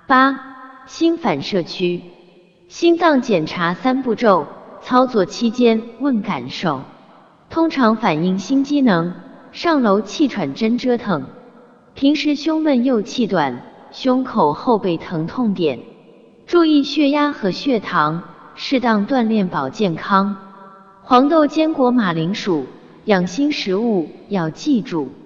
8. 心反射区。心脏检查3步骤，操作期间问感受。通常反映心机能，上楼气喘真折腾。平时胸闷又气短，胸口后背疼痛点。注意血压和血糖，适当锻炼保健康。黄豆、坚果、马铃薯，养心食物要记住。